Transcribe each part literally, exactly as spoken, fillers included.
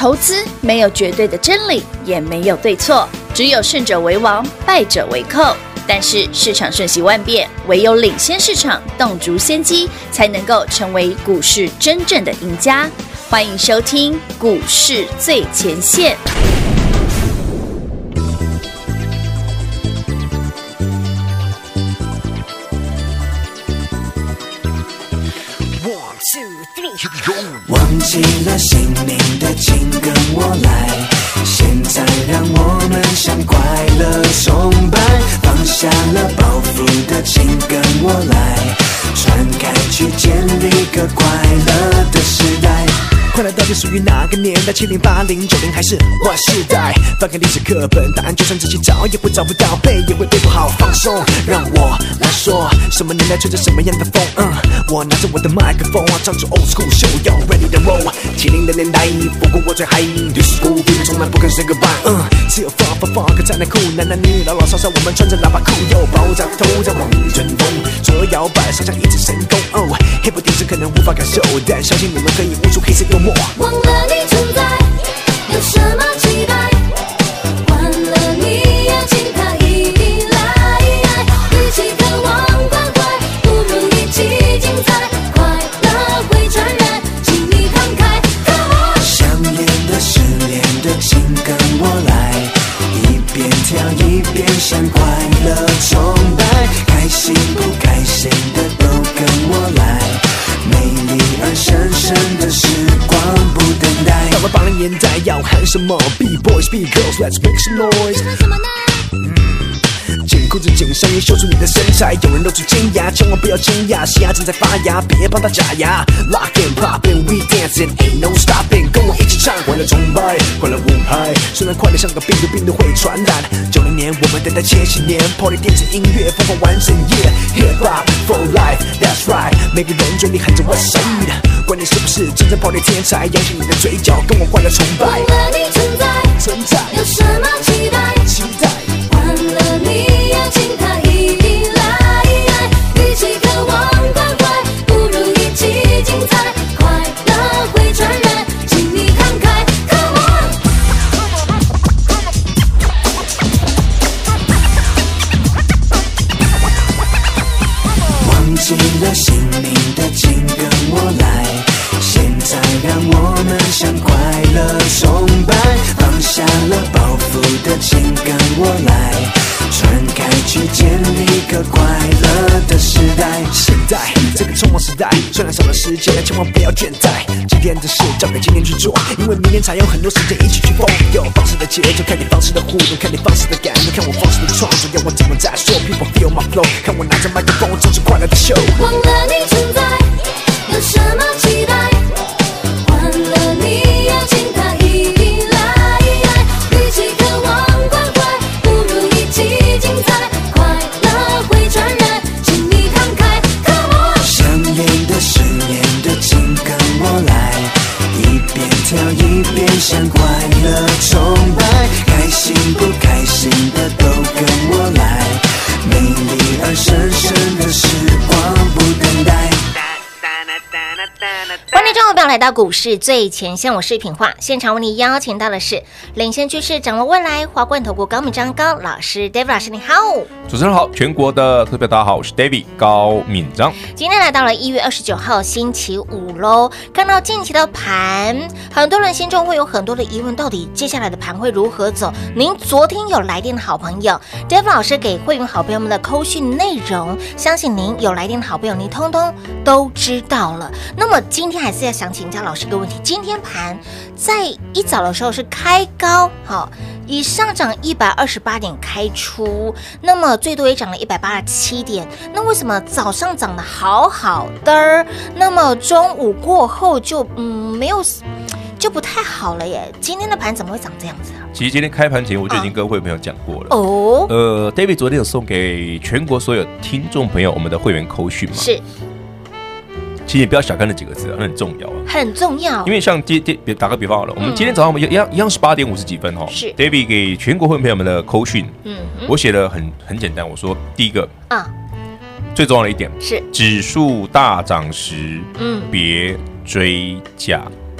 投资没有绝对的真理，也没有对错，只有胜者为王，败者为寇。但是市场瞬息万变，唯有领先市场，洞烛先机，才能够成为股市真正的赢家。欢迎收听股市最前线。 忘记了姓名的请跟我来，现在让我们向快乐崇拜，放下了包袱的请跟我来，传开去建立个快乐的时代。快乐到底属于哪个年代？七零八零九零还是 Y 世代？翻开历史课本，答案就算仔细找也会找不到，背也会背不好。放松，让我来说，什么年代吹着什么样的风？嗯，我拿着我的麦克风，唱出 old school show， yo ready to roll。七零的年代，不过我最嗨，历史古币从来不肯 say goodbye。嗯，只有 funk funk funk 才能酷，男男女老老少少，我们穿着喇叭裤，又爆炸头在往前风，左右摇摆，上下一指神功。哦 ，hip hop 电视可能无法感受，但相信你们可以悟出黑色幽默。 忘了你存在，有什么期待？换了你也请他一定来。与其渴望关怀，不如一起精彩。快乐会传染，请你慷慨。 想念的、失恋的，请跟我来，一边跳一边向快乐崇拜。开心不开心的都跟我来，美丽而神圣的时光不等待。到了八零年代要喊什么 ？B boys, B girls, let's make some noise。 什么呢？ 紧裤子紧上衣，秀出你的身材。有人露出尖牙，千万不要惊讶，西牙正在发芽，别帮他假牙。Lock and pop and we dancing, ain't no stopping， 跟我一起唱，快乐崇拜，快乐舞嗨。虽然快乐像个病毒，病毒会传染。九零年我们等待千禧年 ，Party 电子音乐疯狂完整夜 ，Hip Hop for life, that's right。每个人嘴里喊着 What's up， 管你是不是真正 Party 天才，扬起你的嘴角，跟我快乐崇拜。 忘了你存在， 存在， 有什么期待？ 期待。 换了你也请他一定来，与其渴望关怀，不如一起精彩。快乐会传染，请你慷慨 ，Come on！ 忘记了姓名的，请跟我来，现在让我们向快乐崇拜，放下了包袱的，请跟我来，传开去建立个快乐的时代。现在这个匆忙时代，虽然少了时间，但千万不要倦怠。今天的事交给今天去做，因为明天才有很多时间一起去疯。有方式的节奏，看你方式的互动，看你方式的感动，看我方式的创作，要我怎么再说 ？People feel my flow， 看我拿着麦克风，唱出快乐的秀。 忘了你存在，有什么期待？换了你也请他一定来，与其渴望关怀，不如一起精彩。快乐会传染，请你慷慨 ，Come on！ 想念的、失恋的，请跟我来，一边跳一边向快乐崇拜。开心不开心的都跟我来，美丽而神圣的时光不等待。 欢迎众朋友来到股市最前线，我是品化，现场为你邀请到的是领先趋势、掌握未来华冠投顾高敏章高老师 ，David 老师你好。 主持人好，全国的特别大家好，我是 David 高敏章。 今天来到了一月二十九号星期五喽，看到近期的盘，很多人心中会有很多的疑问，到底接下来的盘会如何走？您昨天有来电的好朋友 ，David 老师给会员好朋友们的扣讯内容，相信您有来电的好朋友，您通通都知道了。那么今天还是要想请教老师一个问题，今天盘在一早的时候是开高，好，以上涨一百二十八点开出，那么最多也涨了一百八十七点，那为什么早上涨得好好的，那么中午过后就嗯没有就不太好了耶？今天的盘怎么会长这样子啊？ 其实今天开盘前我就已经跟会员朋友讲过了哦。 呃 ，David 昨天有送给全国所有听众朋友我们的会员扣讯嘛？ 是。 其实你不要小看那几个字啊，那很重要啊， 很重要。 因为像今天打个比方好了，我们今天早上我们一样一样是八点五十几分哈， 是 David 给全国会员朋友们的扣讯， 嗯， 我写的很很简单，我说第一个啊， 最重要的一点是指数大涨时， 嗯， 别追价。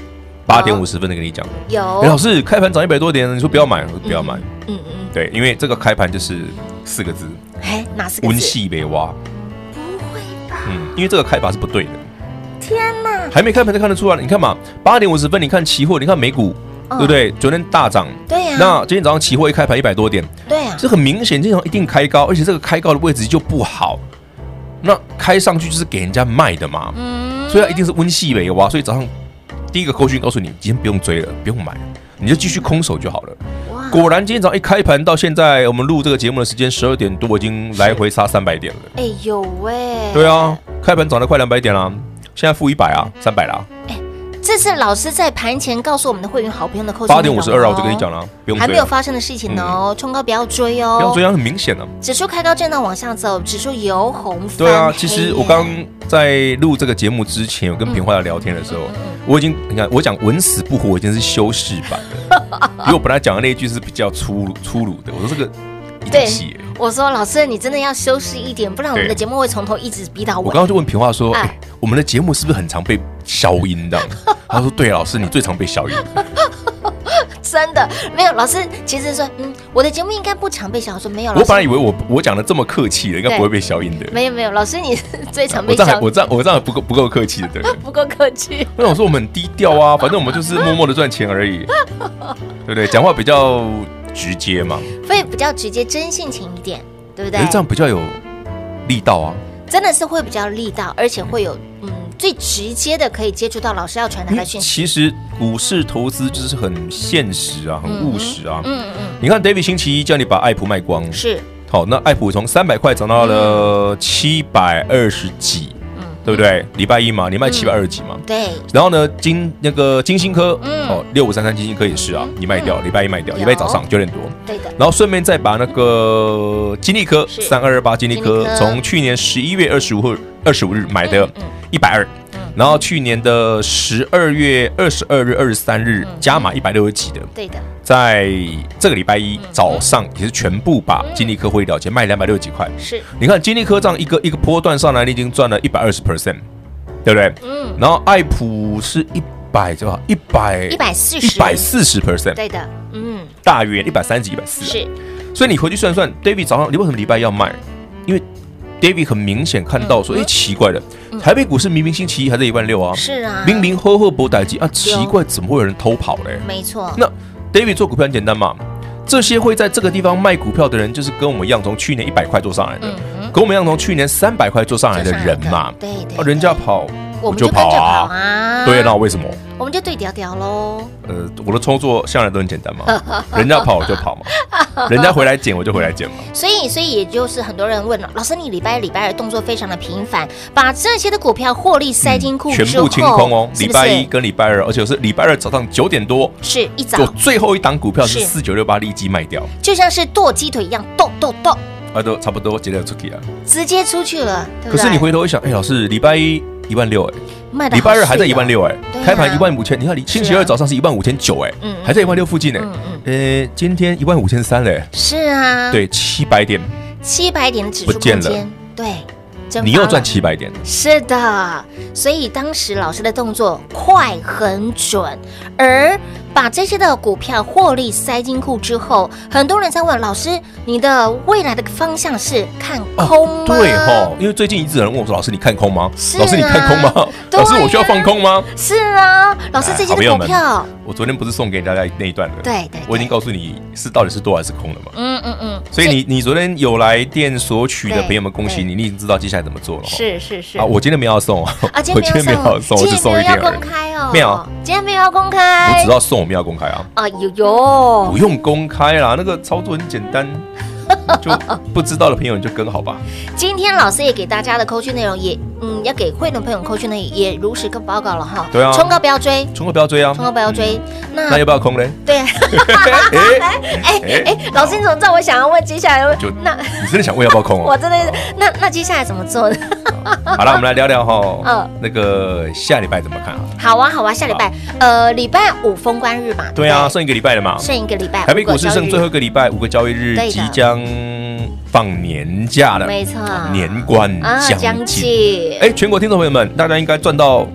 八点五十分的跟你讲的。 有， 哎，老师开盘涨一百多点，你说不要买，我说不要买。 嗯嗯， 对，因为这个开盘就是四个字， 哎，哪四个字？ 温系没挖。 不会吧？ 嗯，因为这个开法是不对的。 天哪！ 还没开盘就看得出来，你看嘛，八点五十分，你看期货，你看美股，对不对？昨天大涨， 对呀。 那今天早上期货一开盘一百多点， 对呀， 这很明显，今天早上一定开高，而且这个开高的位置就不好。那开上去就是给人家卖的嘛，嗯，所以它一定是温系没挖。所以早上第一个扣讯告诉你，今天不用追了，不用买，你就继续空手就好了。果然，今天早上一开盘到现在，我们录这个节目的时间十二点多，已经来回差三百点了。 哎呦喂！ 对啊，开盘涨了快两百点啦，现在负一百啊，三百啦。 哎，这是老师在盘前告诉我们的会员好朋友的扣讯。 八点五十二啊，我就跟你讲了，不用追了， 还没有发生的事情哦，冲高不要追哦， 不要追啊，很明显啊。 指数开高震荡往下走，指数由红翻黑。 对啊，其实我刚在录这个节目之前，我跟平花聊天的时候，我已经你看我讲纹死不活，我已经是修饰版了。因为我本来讲的那一句是比较粗粗鲁的，我说这个一定细。 我说老师，你真的要修饰一点，不然我们的节目会从头一直逼到尾。 我刚刚就问平花说， 哎欸，我们的节目是不是很常被消音的？他说对，老师你最常被消音。 真的没有，老师其实说，嗯，我的节目应该不常被消。说没有， 我本来以为我我讲的这么客气的，应该不会被消音的。 没有没有，老师你最常被消。 我这样我这样我这样不够不够客气的，对， 不够客气。 那我说我们很低调啊，反正我们就是默默的赚钱而已，对不对？讲话比较直接嘛， 会比较直接、真性情一点，对不对？ 可是这样比较有力道啊。 真的是会比较力道，而且会有嗯最直接的可以接触到老师要传达的讯息。 其实股市投资就是很现实啊，很务实啊。 嗯嗯， 你看 David 星期一叫你把爱普卖光， 是好，那爱普从三百块涨到了七百二十几，嗯，对不对？礼拜一嘛，你卖七百二十几嘛， 对。 然后呢，金那个金星科， 嗯哦，六五三三金星科也是啊，你卖掉，礼拜一卖掉，礼拜一早上九点多， 对的。 然后顺便再把那个金利科三二二八金利科从去年十一月二十五日二十五日买的一百二，然后去年的十二月二十二日二十三日加码一百六十几的， 对的。 在这个礼拜一早上也是全部把金利科汇了结，卖两百六十几块。 是， 你看金利科这样一个一个波段上来，你已经赚了一百二十 percent， 对不对？嗯。然后爱普是一百对吧？一百一百四十一百四十 percent， 对的，嗯， 大约一百三十一百四。 是。 所以你回去算算 ，David 早上你为什么礼拜一要卖？因为 David 很明显看到说，哎、嗯，奇怪了，嗯、台北股市明明星期一还在一万六啊， 是啊， 明明呵呵博代机啊，奇怪，怎么会有人偷跑嘞？ 没错。 那 David 做股票很简单嘛，这些会在这个地方卖股票的人，就是跟我们一样从去年一百块做上来的，嗯、跟我们一样从去年三百块做上来的人嘛， 对对、 啊，人家跑。 我们就跟着跑啊！ 对，那为什么？ 我们就对调调喽。 呃，我的操作向来都很简单嘛，人家跑我就跑嘛，人家回来捡我就回来捡嘛。 所以，所以也就是很多人问了，老师，你礼拜一、礼拜二动作非常的频繁，把这些的股票获利塞进库之后， 全部清空哦。礼拜一跟礼拜二，而且是礼拜二早上九点多， 是一早做最后一档股票是四九六八立即卖掉， 就像是剁鸡腿一样，剁剁剁， 啊，都差不多接着出去了， 直接出去了。 可是你回头一想，哎，老师，礼拜一一万六，哎。 礼拜二还在一万六哎，开盘一万五千，你看星期二早上是一万五千九哎，还在一万六附近哎，呃，今天一万五千三嘞， 是啊， 对，七百点， 七百点的指数不见了， 对， 你又赚七百点， 是的，所以当时老师的动作快很准，而把这些的股票获利塞进库之后，很多人在问老师，你的未来的方向是看空吗？ 哦、对哈，因为最近一直有人问我说，老师你看空吗？ 是啊、 老师你看空吗？啊、老师我需要放空吗？ 是啊，老师这些的股票， 我昨天不是送给大家那一段的， 对 对, 对， 我已经告诉你是到底是多还是空了嘛。 嗯嗯嗯， 所以你你昨天有来电索取的朋友们，恭喜你，你已经知道接下来怎么做了。 是是是啊，我今天没有要送啊， 啊，今天没有要送， 我只送一天而已。 公开哦， 没有， 今天没有要公开， 我只要送，我们要公开啊。 啊，有有， 不用公开啦，那个操作很简单。就不知道的朋友你就跟好吧。 今天老师也给大家的扣讯内容也，嗯，要给会员朋友扣讯呢，也如实跟报告了哈。 对啊， 冲高不要追， 冲高不要追啊， 冲高不要追。那那要不要空嘞？ 对。哎哎哎，老师你怎么知道我想要问接下来？ 就那你真的想问要不要空哦？ 我真的那那接下来怎么做呢？ 好了，我们来聊聊哈，嗯，那个下礼拜怎么看啊？ 好啊好啊，下礼拜呃礼拜五封关日嘛， 对啊，剩一个礼拜了嘛， 剩一个礼拜， 台北股市剩最后一个礼拜，五个交易日即将放年假了， 没错， 年关将近。哎，全国听众朋友们，大家应该赚到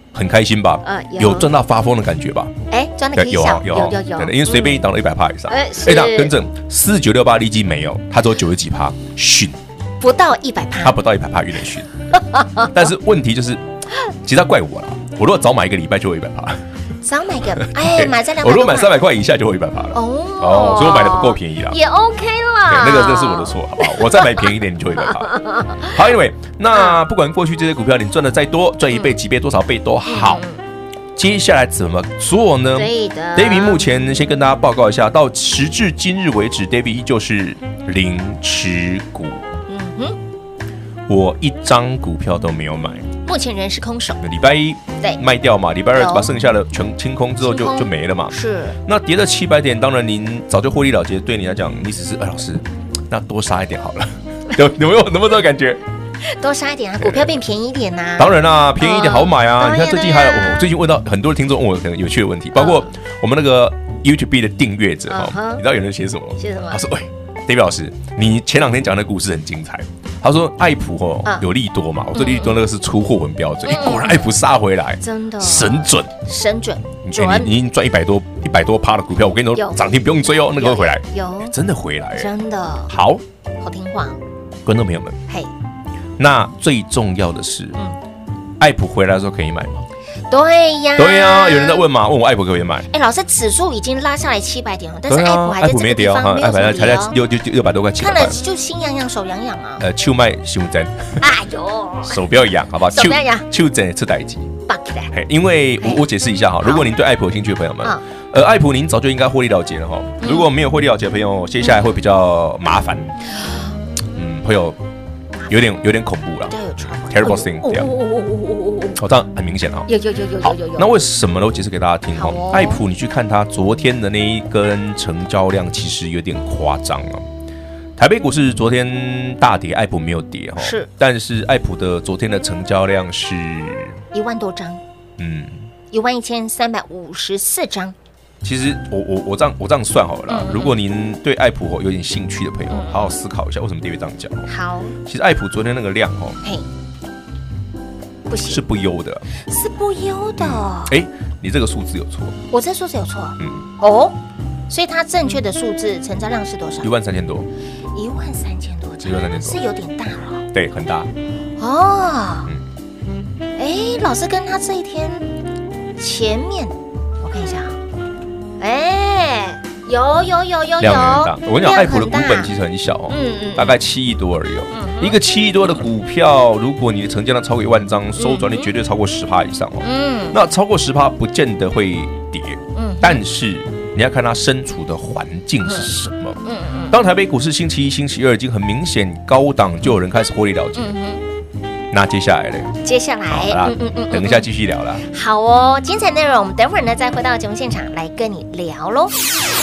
很开心吧？ 呃有有赚到发疯的感觉吧？ 哎，赚的对， 可以小有啊，有啊有有有， 对的因为随便一档都一百趴以上。 哎是哎，那更正，四九六八利基没有，它只有九十几趴，逊， 不到一百趴， 它不到一百趴，有点逊。但是问题就是，其实他怪我啦，我如果早买一个礼拜就会一百趴。 少买个，哎，买在两百， 我如果买三百块以下就会一百趴了。 哦哦，所以我买的不够便宜啦。 也 OK 啦， 对，那个这是我的错，好不好？我再买便宜一点，你就会一百趴。好 ，Anyway， 那不管过去这些股票你赚的再多，赚一倍、几倍、多少倍都好，接下来怎么做呢？ 对的 ，David 目前先跟大家报告一下，到时至今日为止 ，David 依旧是零持股。 嗯哼， 我一张股票都没有买。 目前人是空手， 礼拜一对卖掉嘛，礼拜二有把剩下的全清空之后就清空就没了嘛。 是那跌了七百点，当然您早就获利了结，对你来讲，你只是哎老师，那多杀一点好了，有有没有有没有这个感觉？ 多杀一点啊，股票变便宜一点呐。 当然啦，便宜一点好买啊！ 嗯你看最近还有， 当然啊我最近问到很多听众问我很有趣的问题，包括我们那个 YouTube 的订阅者哈嗯哼， 你知道有人写什么？ 写什么他说：“喂，David 老师，你前两天讲的故事很精彩。”他说：“爱普哦嗯有利多嘛？”我说：“利多那个是出货文标准，果然爱普杀回来， 真的神准。 神准你准， 你你已经赚一百多一百多趴的股票，我跟你有说，涨停不用追哦，那个会回来， 有哎真的回来。哎真的好， 好听话， 观众朋友们， 嘿， 那最重要的是， 嗯爱普回来的时候可以买吗？ 对呀， 对呀，有人在问嘛，问我爱普可不可以买？ 哎，老师，指数已经拉下来七百点了，但是对啊爱普，还在这没跌哦， 个地方，没有爱普还什么理由， 才在六六六百多块，七百块。 看了就心痒痒，手痒痒啊！ 呃，手卖胸针， 哎呦， 手不要痒，好不好？ 手不要痒手针出代机。 绑起来， 嘿，因为我我解释一下哈，如果您对爱普有兴趣的朋友们嗯， 呃，爱普您早就应该获利了结了哈。如果没有获利了结的朋友，接下来会比较麻烦，嗯，会有有点有点恐怖啦都有 trouble ，terrible thing 这样。 哦哦哦哦哦哦哦， 哦，这样很明显哈。 有有有有好有有有， 那为什么呢？我解释给大家听哈好哦。 爱普，你去看它昨天的那一根成交量，其实有点夸张啊。台北股市昨天大跌，爱普没有跌哈， 是， 但是爱普的昨天的成交量是， 一万多张， 嗯， 一万一千三百五十四张， 其实我我我这样我这样算好了啦。 嗯嗯如果您对爱普有点兴趣的朋友，好好思考一下为什么 David 这样讲哦。 好， 其实爱普昨天那个量哦嘿，不行， 是不优的， 是不优的， 哎，你这个数字有错， 我这数字有错， 嗯， 哦，所以它正确的数字成交量是多少一？万三千多， 一万三千多张， 一万三千多是有点大了对，很大。 哦。哎，老师跟他这一天前面，我看一下啊，哎，有有有有有， 量很大。我跟你讲，爱普的股本其实实很小哦， 嗯嗯大概七亿多而已哦。一个七亿多的股票，如果你的成交量超过一万张，收转率绝对超过十趴以上哦。 嗯那超过十趴不见得会跌， 嗯但是你要看它身处的环境是什么。 嗯嗯当台北股市星期一、星期二已经很明显高档，就有人开始获利了结。 嗯哼， 那接下来呢？ 接下来好啦嗯嗯嗯， 等一下继续聊啦。 好哦，精彩内容我们等会儿呢再回到节目现场来跟你聊喽。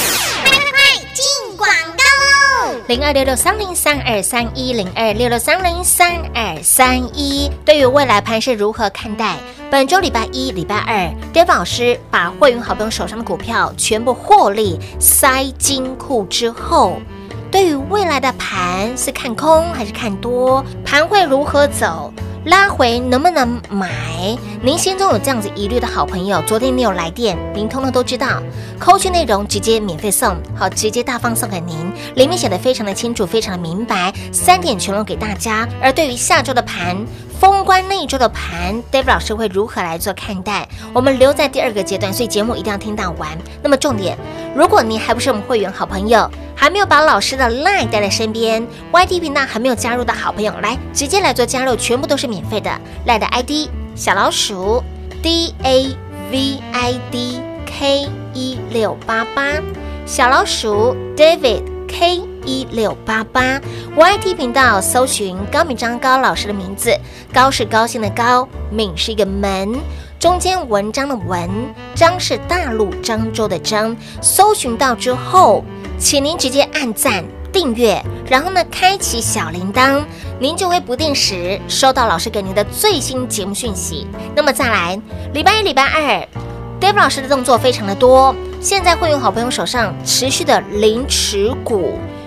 零二六六三零三二三一零二六六三零三二三一，对于未来盘是如何看待？本周礼拜一、礼拜二 ，David 老师把会员好朋友手上的股票全部获利塞金库之后，对于未来的盘是看空还是看多？盘会如何走？拉回能不能买？您心中有这样子疑虑的好朋友，昨天你有来电，您通通都知道。扣讯内容直接免费送，好，直接大方送给您，里面写的非常的清楚，非常的明白，三点全拢给大家。而对于下周的盘，封关那一周的盘 ，David 老师会如何来做看待？我们留在第二个阶段，所以节目一定要听到完。那么重点，如果您还不是我们会员好朋友，还没有把老师的 LINE 带在身边 ，Y T 频道还没有加入的好朋友，来直接来做加入，全部都是免费的。LINE 的 I D 小老鼠 D A V I D K 一六八八，小老鼠 David K 一六八八 Y T 频道搜寻高敏章高老师的名字，高是高兴的高，敏是一个门。中间文章的文，章是大陆漳州的漳。搜寻到之后，请您直接按赞订阅，然后呢，开启小铃铛，您就会不定时收到老师给您的最新节目讯息。那么再来，礼拜一、礼拜二 ，David 老师的动作非常的多。现在会员好朋友手上持续的零持股。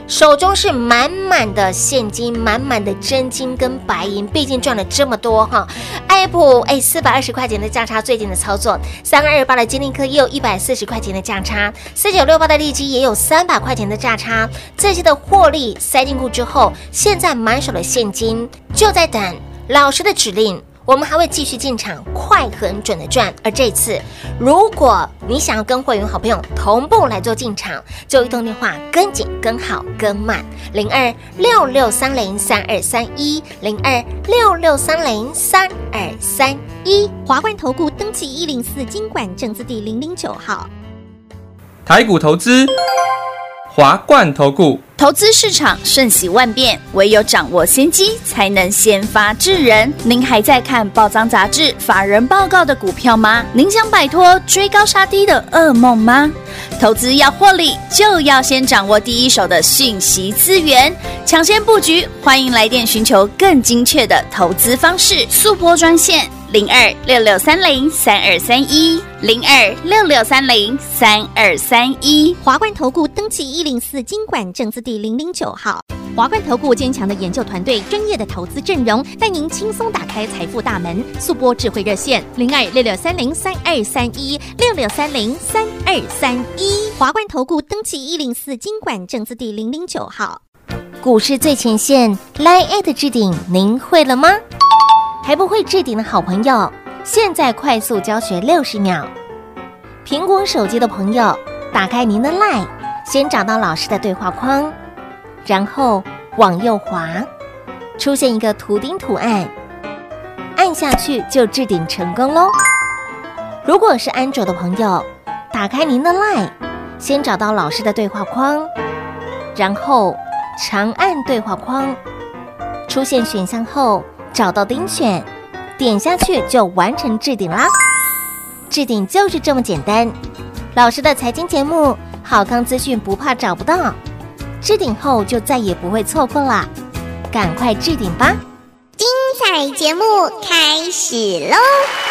手中是满满的现金，满满的真金跟白银，毕竟赚了这么多哈。爱普哎，四百二十块钱的价差，最近的操作，三二二八的金立科也有一百四十块钱的价差，四九六八的利基也有三百块钱的价差，这些的获利塞进库之后，现在满手的现金就在等老师的指令。我们还会继续进场，快很准的赚。而这次，如果你想要跟会员好朋友同步来做进场，就一通电话跟紧、跟好、跟慢，零二六六三零三二三一，零二六六三零三二三一。 华冠投顾登记一零四金管证字第零零九号。 台股投资，华冠投顾。 投资市场瞬息万变，唯有掌握先机，才能先发制人。您还在看报章杂志、法人报告的股票吗？您想摆脱追高杀低的噩梦吗？投资要获利，就要先掌握第一手的讯息资源，抢先布局。欢迎来电寻求更精确的投资方式，速拨专线零二六六三零三二三一，零二六六三零三二三一。 华冠投顾登记一零四金管证字第零零九号。华冠投顾坚强的研究团队，专业的投资阵容，带您轻松打开财富大门。速拨智慧热线零二六六三零三二三一，六六三零三二三一。华冠投顾登记一零四金管证字第零零九号。 股市最前线 Line eight 的置顶，您会了吗？还不会置顶的好朋友，现在快速教学六十秒。苹果手机的朋友，打开您的 Line， 先找到老师的对话框，然后往右滑，出现一个图钉图案，按下去就置顶成功咯。如果是安卓的朋友，打开您的 Line， 先找到老师的对话框，然后长按对话框，出现选项后找到钉选，点下去就完成置顶啦。置顶就是这么简单。老师的财经节目，好康资讯不怕找不到，置顶后就再也不会错过啦，赶快置顶吧！ 精彩节目开始喽！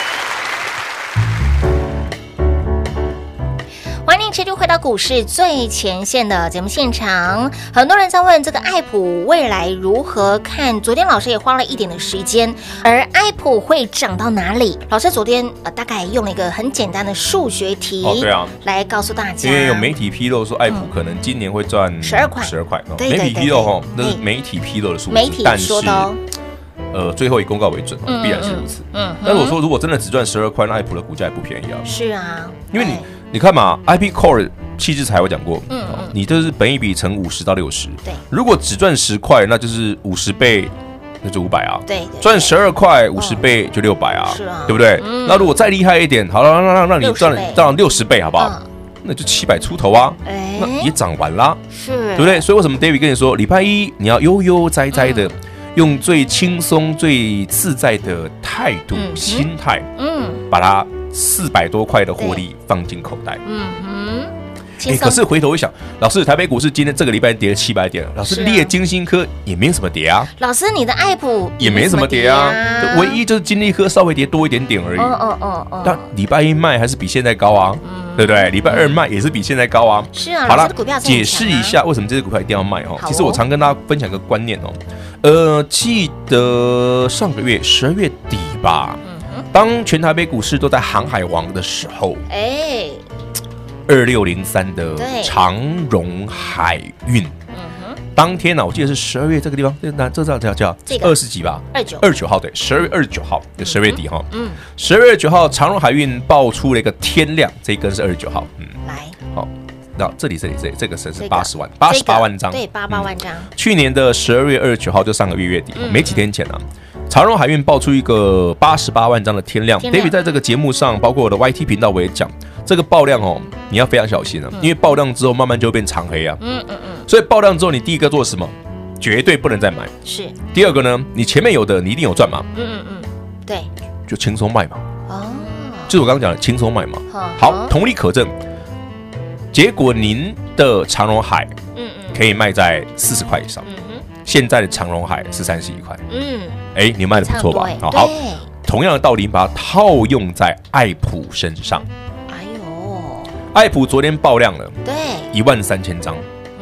欢迎持续回到股市最前线的节目现场。很多人在问这个爱普未来如何看，昨天老师也花了一点的时间，而爱普会涨到哪里？老师昨天呃大概用了一个很简单的数学题， 哦对啊， 来告诉大家， 因为有媒体披露说爱普可能今年会赚十二块， 十二块。 对对对媒体披露哈，那是对媒体披露的数字， 媒体但是说的哦。 呃，最后以公告为准， 嗯必然是如此。 嗯， 但是我说，如果真的只赚十二块，那爱普的股价也不便宜啊。 是啊， 因为你哎你看嘛 ，I P Core 气质材我讲过， 嗯嗯你这是本益比乘五十到六十， 对， 如果只赚十块，那就是五十倍，那就五百啊， 对对赚十二块五十倍就六百啊， 是啊对不对？ 嗯那如果再厉害一点，好了，让让让你赚六十倍赚六十倍，好不好？ 嗯那就七百出头啊， 哎那也涨完啦， 是， 对不对？所以为什么 David 跟你说，礼拜一你要悠悠哉哉的，用最轻松、最自在的态度、 嗯哼心态， 嗯把它四百多块的获利放进口袋。 嗯哼，轻哎， 松可是回头一想，老师，台北股市今天这个礼拜跌了七百点，老师是啊列金星科也没什么跌啊， 老师你的爱普也没什么跌啊，唯一就是金利科稍微跌多一点点而已。 哦哦哦哦， 但礼拜一卖还是比现在高啊，对不对？礼拜二卖也是比现在高啊。 是啊， 好了老师的股票，是很解强啊释一下为什么这些股票一定要卖哦好哦。 其实我常跟大家分享一个观念哦，呃，记得上个月十二月底吧，当全台北股市都在航海王的时候， 哎， 二六零三的对长荣海运，当天呢、啊，我记得是十二月这个地方，这那这叫叫叫这个二十几吧， 二九二九号对，十二月二十九号，十二月底哈， 嗯， 十二月九号长荣海运爆出了一个天量，这一根是二十九号，嗯， 来好，那这里这里这里这个是这个八十万，八十八万张， 对，八八万张， 去年的十二月二十九号，就上个月月底， 嗯没几天前啊，长荣海运爆出一个八十八万张的天量。 天量 David 在这个节目上，包括我的 Y T 频道，我也讲这个爆量哦，你要非常小心啊，因为爆量之后慢慢就会变长黑啊。 嗯嗯嗯， 所以爆量之后，你第一个做什么？绝对不能再买。 是， 第二个呢，你前面有的你一定有赚嘛， 嗯嗯嗯，对， 就轻松卖嘛， 哦， 就是我刚刚讲的轻松卖嘛。 好好，同理可证，结果您的长荣海嗯嗯可以卖在四十块以上， 嗯哼， 现在的长荣海是三十一块。 嗯， 哎，你卖的不错吧？ 好， 好，同样的道理，你把它套用在爱普身上。 哎呦， 爱普昨天爆量了对， 一万三千张， 嗯哼，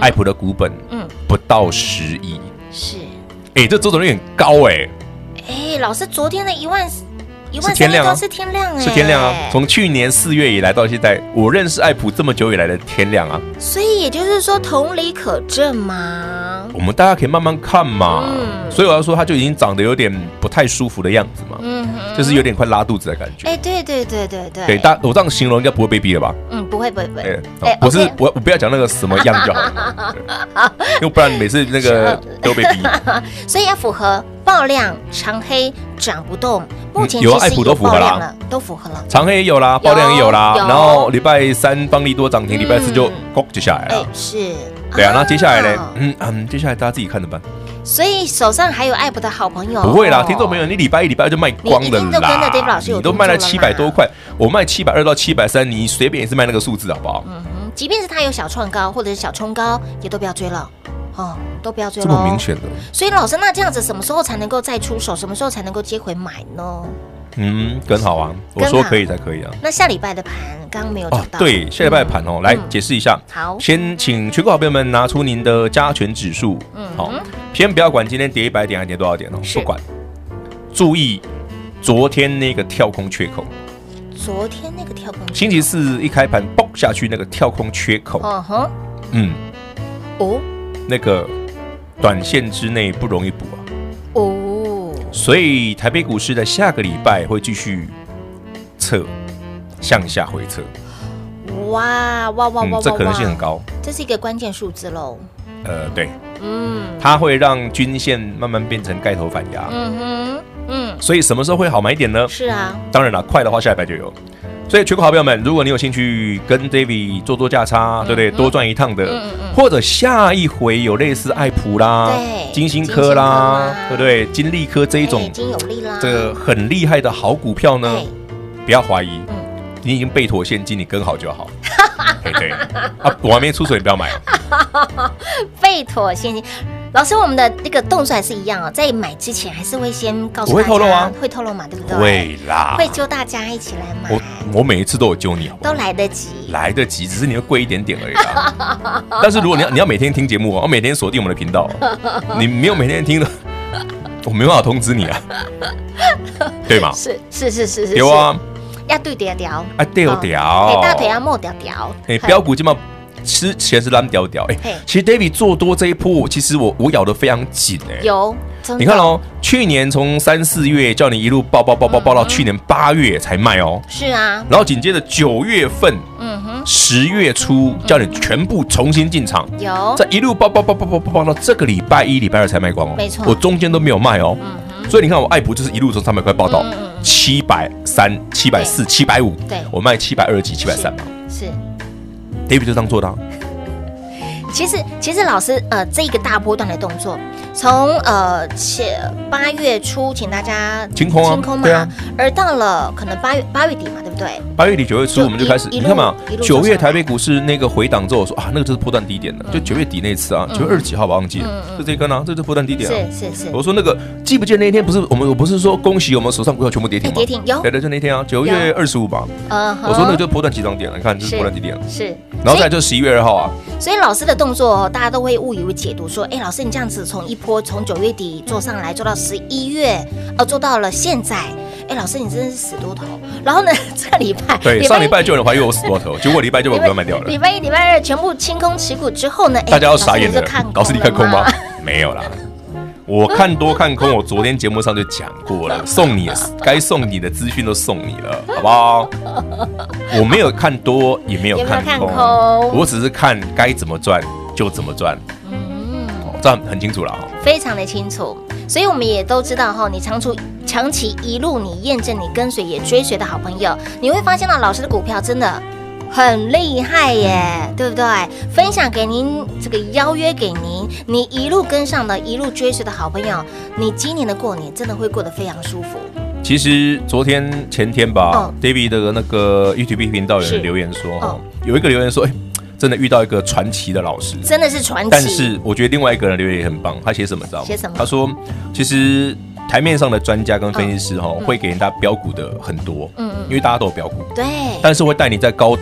爱普的股本嗯不到十亿， 是， 哎，这周转率很高哎， 哎，老师昨天的一万一万是天量啊是天量哎， 是天量啊！从去年四月以来到现在，我认识爱普这么久以来的天量啊， 所以也就是说同理可证嘛。 我们大家可以慢慢看嘛。 嗯所以我要说，它就已经长得有点不太舒服的样子嘛， 嗯哼， 就是有点快拉肚子的感觉。 哎，对对对对对， 对，大我这样形容应该不会被逼了吧？ 嗯，不会不会不哎会， 哦我是我我不要讲那个什么样就好了，对因为不然每次那个都被逼。 所以要符合爆量长黑涨不动，目前有啊其实爱普都符合啦爆量了，都符合了。 长黑也有啦，爆量也有啦， 有然后礼拜三邦利多涨停，礼拜四就咕就下来哎了。， 是， 对啊，那接下来呢哦？ 嗯嗯，接下来大家自己看着办。 所以手上还有爱普的好朋友， 不会啦， 哦听众朋友，你礼拜一、礼拜二就卖光了你一定都跟着啦 Dave 老师有你都卖了动作了啦七百多块，我卖七百二到七百三，你随便也是卖那个数字好不好？ 嗯哼，即便是他有小创高或者是小冲高，也都不要追了，哦，都不要追这了。 么明显的， 所以老师，那这样子什么时候才能够再出手？什么时候才能够接回买呢？ 嗯，跟好啊，我跟好说可以才可以啊。 那下礼拜的盘刚刚没有哦讲，到， 对，下礼拜的盘哦，来嗯解释一下。 好先请全国好朋友们拿出您的加权指数， 嗯好，先不要管今天跌一百点还跌多少点哦， 是不管，注意昨天那个跳空缺口， 昨天那个跳空， 星期四一开盘嘣下去那个跳空缺口， 嗯哼， 嗯， 哦那个短线之内不容易补啊。 哦， 所以台北股市的下个礼拜会继续测，向下回测， 哇哇哇哇哇， 嗯，这可能性很高。 这是一个关键数字喽。 呃，对， 嗯它会让均线慢慢变成盖头反压。 嗯哼嗯， 所以什么时候会好买点呢？ 是啊， 当然了，快的话下礼拜就有。所以全国好朋友们，如果你有兴趣跟 David 做做价差，对不对？多赚一趟的， 嗯嗯或者下一回有类似爱普啦对、 金星科啦金星科啦， 对不对？金利科这一哎种已经有利啦， 这个很厉害的好股票呢哎， 不要怀疑嗯， 你已经备妥现金，你跟好就好。对对啊，我还没出手，你不要买哦。 备妥现金。老师，我们的那个动作还是一样哦，在买之前还是会先告诉我会大家， 透露啊会透露嘛，对不对？ 会啦， 会揪大家一起来买我，我每一次都有揪你，好不好？ 都来得及。 来得及，只是你会贵一点点而已啦。但是如果你要你要每天听节目哦，我每天锁定我们的频道哦，你没有每天听的，我没办法通知你啊，对吗？ 是是是是是， 有啊， 要对调调， 啊对哦调嘿大腿要莫调调， 哎，标股基本上吃钱是烂屌屌， 嘿哎，其实 David 做多这一波，其实我我咬得非常紧哎。 有，真的你看哦，去年从三四月叫你一路爆爆爆爆爆到去年八月才卖哦， 是啊， 然后紧接着九月份、 嗯哼， 十月初叫你全部重新进场， 有， 这一路爆爆爆爆爆爆爆到这个礼拜一、礼拜二才卖光哦， 没错我中间都没有卖哦，所以你看我爱普就是一路从三百块爆到嗯嗯嗯七百三、七百四、七百五， 对我卖七百二几、七百三嘛是。 ，David 就这样做的啊。 其实，其实老师，呃，这一个大波段的动作，从呃且八月初，请大家清空啊清空嘛， 对啊而到了可能八月八月底嘛，对不对？ 八月底九月初就我们就开始， 一一路你看嘛一路， 九走上来月台北股市那个回档之后，我说啊，那个就是波段低点了，就九月底那次啊，九月二十几号吧，忘记了，就这一根啊，这就是波段低点啊。 是是是， 我说那个记不记得那一天不是我们我不是说恭喜我们手上股票全部跌停吗？ 哎跌停有对对，就那天啊，九月二十五吧。 嗯哼我说那个就是波段起涨点了，你看这是波段低点， 是， 然后再来就是十一月二号啊， 所以老师的动作，大家都会误以为解读说，哎，老师你这样子从一波从九月底做上来，做到十一月，哦，做到了现在，哎，老师你真的是死多头。然后呢，这个礼拜， 对，上礼拜就有人怀疑我死多头，结果礼拜就把股票卖掉了礼。拜一、礼拜二全部清空持股之后呢，哎大家要傻眼了老师你就看， 老师你看空吗了？ 没有啦，我看多看空，我昨天节目上就讲过了，送你该送你的资讯都送你了，好不好？我没有看多，也没有看也没有看空， 空我只是看该怎么赚就怎么赚， 嗯， 哦这样很清楚了哈。 非常的清楚。所以我们也都知道哈，你长出长期一路你验证、你跟随也追随的好朋友，你会发现到老师的股票真的很厉害耶，对不对？分享给您，这个邀约给您，你一路跟上的、一路追随的好朋友，你今年的过年真的会过得非常舒服。 其实昨天前天吧、 哦 d a v i d 的那个 YouTube 频道有是人留言说， 哦哦，有一个留言说，哎，真的遇到一个传奇的老师， 真的是传奇， 但是我觉得另外一个人留言也很棒，他写什么知道吗？ 写什么他说，其实台面上的专家跟分析师哈、 嗯会给人家标股的很多， 嗯嗯因为大家都有标股， 对， 但是会带你在高档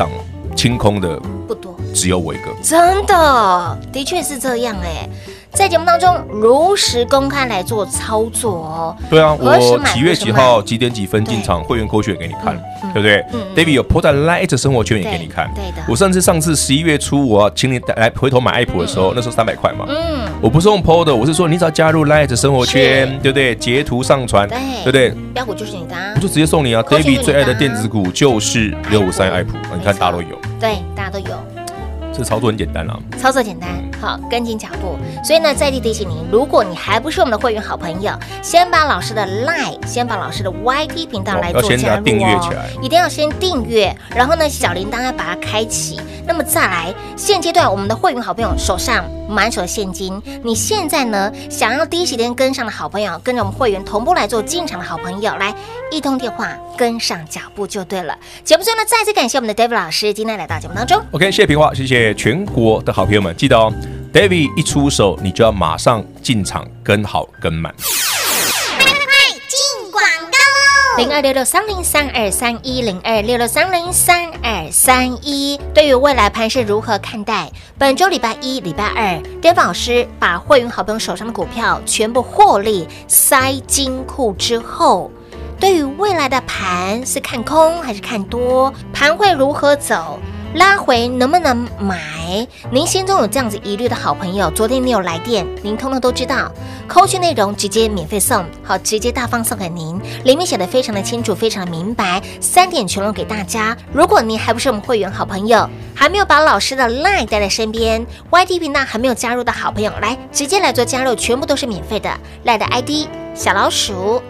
清空的不多， 只有我一个。 真的，的确是这样哎。在节目当中如实公开来做操作哦。 对啊， 何时买我几月几号几点几分进场，会员扣券也给你看，对不对 ？David 有 po 在 Lite 生活圈也给你看。 对的。 我上次上次十一月初我请你来回头买爱普的时候，那时候三百块嘛。嗯。我不是用 po 的，我是说你只要加入 Lite 生活圈，对不对？截图上传，对不对？ 标股就是你的， 我就直接送你啊。David 最爱的电子股就是六五三爱普，你看大家都有。 对，大家都有。 这操作很简单啊， 操作简单，好，跟紧脚步。所以呢，再次提醒您，如果你还不是我们的会员好朋友，先把老师的 Line， 先把老师的 Y T 频道来做加入哦， 订阅起来， 一定要先订阅，然后呢，小铃铛要把它开启。那么再来，现阶段我们的会员好朋友手上满手的现金，你现在呢想要第一时间跟上的好朋友，跟着我们会员同步来做进场的好朋友，来一通电话跟上脚步就对了。节目最后呢，再次感谢我们的 David 老师今天来到节目当中。 OK， 谢谢平华，谢谢全国的好朋友们，记得哦 ，David 一出手，你就要马上进场跟好跟满。 零二六六三零三二三一零二六六三零三二三一，对于未来盘势如何看待？本周礼拜一、礼拜二 ，David 老师把会员好朋友手上的股票全部获利塞金库之后，对于未来的盘是看空还是看多？盘会如何走？拉回能不能买？您心中有这样子疑虑的好朋友，昨天你有来电，您通通都知道。扣讯内容直接免费送，好，直接大方送给您，里面写的非常的清楚，非常的明白，三点全拢给大家。如果您还不是我们会员好朋友，还没有把老师的 Line 带在身边 ，Y T 频道还没有加入的好朋友，来直接来做加入，全部都是免费的。Line 的 I D 小老鼠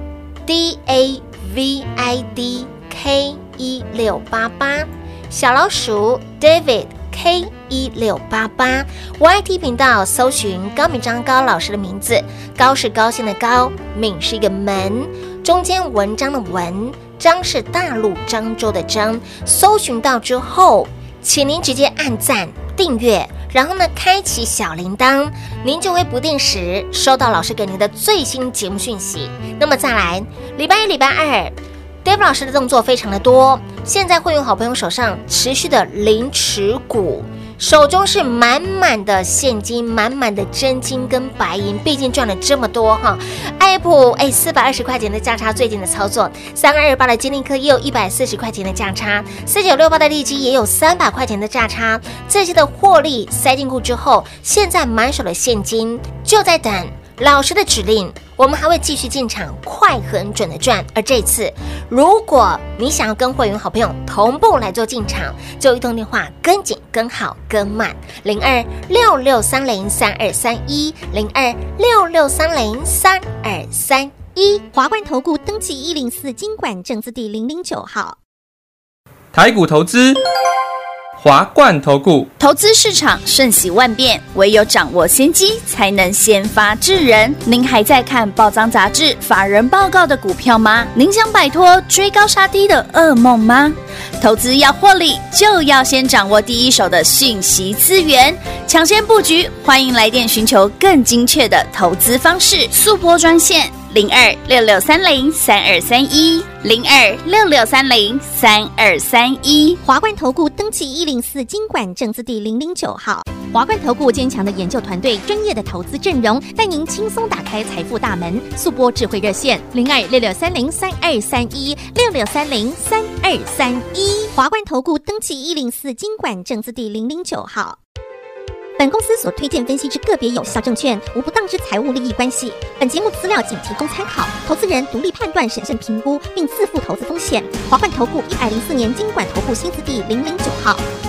D A V I D K 一六八八。小老鼠 David K 一六八八 Y T 频道搜寻高敏章高老师的名字，高是高兴的高，敏是一个门，中间文章的文，章是大陆漳州的漳。搜寻到之后，请您直接按赞订阅，然后呢开启小铃铛，您就会不定时收到老师给您的最新节目讯息。那么再来，礼拜一、礼拜二David 老师的动作非常的多，现在会用好朋友手上持续的零持股，手中是满满的现金，满满的真金跟白银，毕竟赚了这么多哈。爱普哎，四百二十块钱的价差，最近的操作，三二二八的金立科也有一百四十块钱的价差，四九六八的利基也有三百块钱的价差，这些的获利塞进库之后，现在满手的现金就在等老师的指令，我们还会继续进场，快很准的赚。而这次，如果你想要跟会员好朋友同步来做进场，就一通电话跟紧、跟好、跟满，零二六六三零三二三一，零二六六三零三二三一。 华冠投顾登记一零四金管证字第零零九号。 台股投资，华冠投顾。 投资市场瞬息万变，唯有掌握先机，才能先发制人。您还在看报章杂志、法人报告的股票吗？您想摆脱追高杀低的噩梦吗？投资要获利，就要先掌握第一手的讯息资源，抢先布局。欢迎来电寻求更精确的投资方式，速拨专线零二六六三零三二三一零二六六三零三二三一。 华冠投顾登记一零四金管证字第零零九号。华冠投顾坚强的研究团队，专业的投资阵容，带您轻松打开财富大门。速拨智慧热线零二六六三零三二三一六六三零三二三一。华冠投顾登记一零四金管证字第零零九号。本公司所推荐分析之个别有效证券，无不当之财务利益关系。本节目资料仅提供参考，投资人独立判断、审慎评估，并自负投资风险。华冠投顾一百零四年金管投顾新字第零零九号。